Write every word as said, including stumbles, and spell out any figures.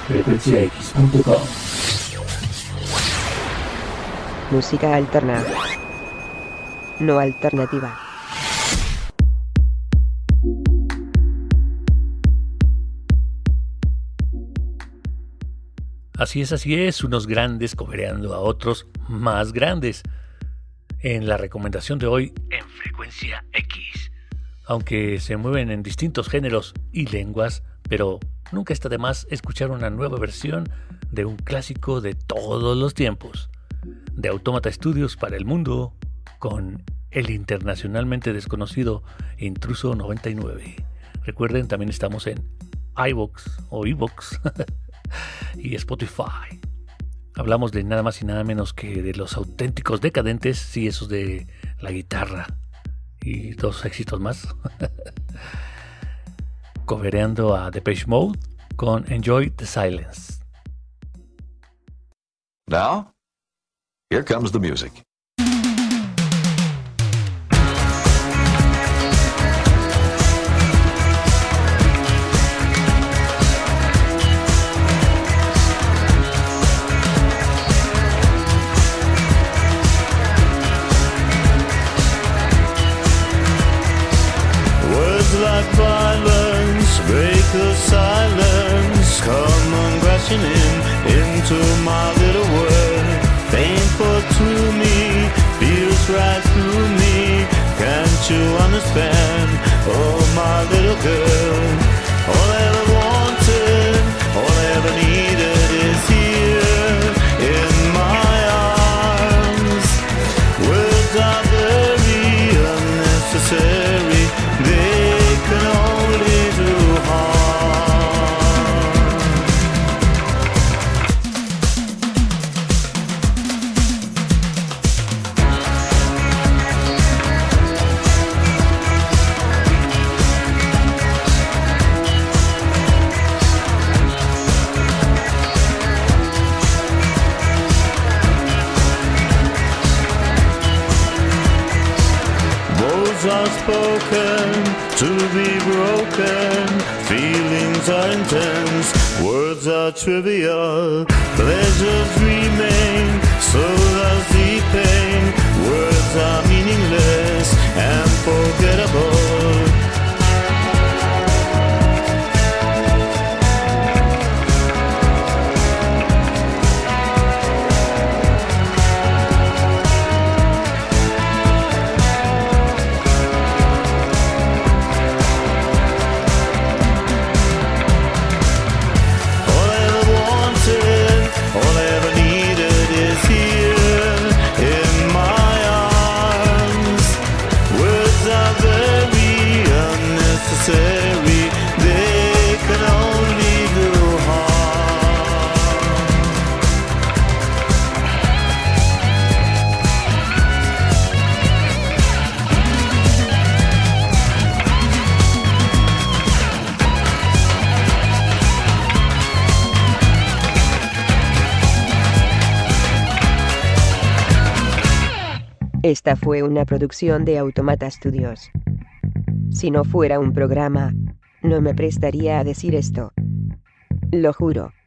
frecuencia x punto com. Música alterna. No alternativa. Así es, así es, unos grandes cobereando a otros más grandes. En la recomendación de hoy, en Frecuencia X. Aunque se mueven en distintos géneros y lenguas, pero nunca está de más escuchar una nueva versión de un clásico de todos los tiempos. De Autómata Studios para el mundo, con el internacionalmente desconocido Intruso noventa y nueve. Recuerden, también estamos en iVoox o iVoox y Spotify. Hablamos de nada más y nada menos que de los auténticos decadentes, sí, esos de la guitarra y dos éxitos más. Covereando a Depeche Mode con Enjoy the Silence. Now, here comes the music. Like violence, break the silence, come on crashing in into my little world. Painful to me, feels right through me. Can't you understand? Oh, my little girl. All I ever wanted, all I ever needed is here in my arms. Words are very unnecessary. They can only do harm. Words are spoken to be broken, feelings are intense, words are trivial, pleasures remain, so does the pain. Words are meaningless and forgettable. They can only do harm. Esta fue una producción de Autómata Studios. Si no fuera un programa, no me prestaría a decir esto. Lo juro.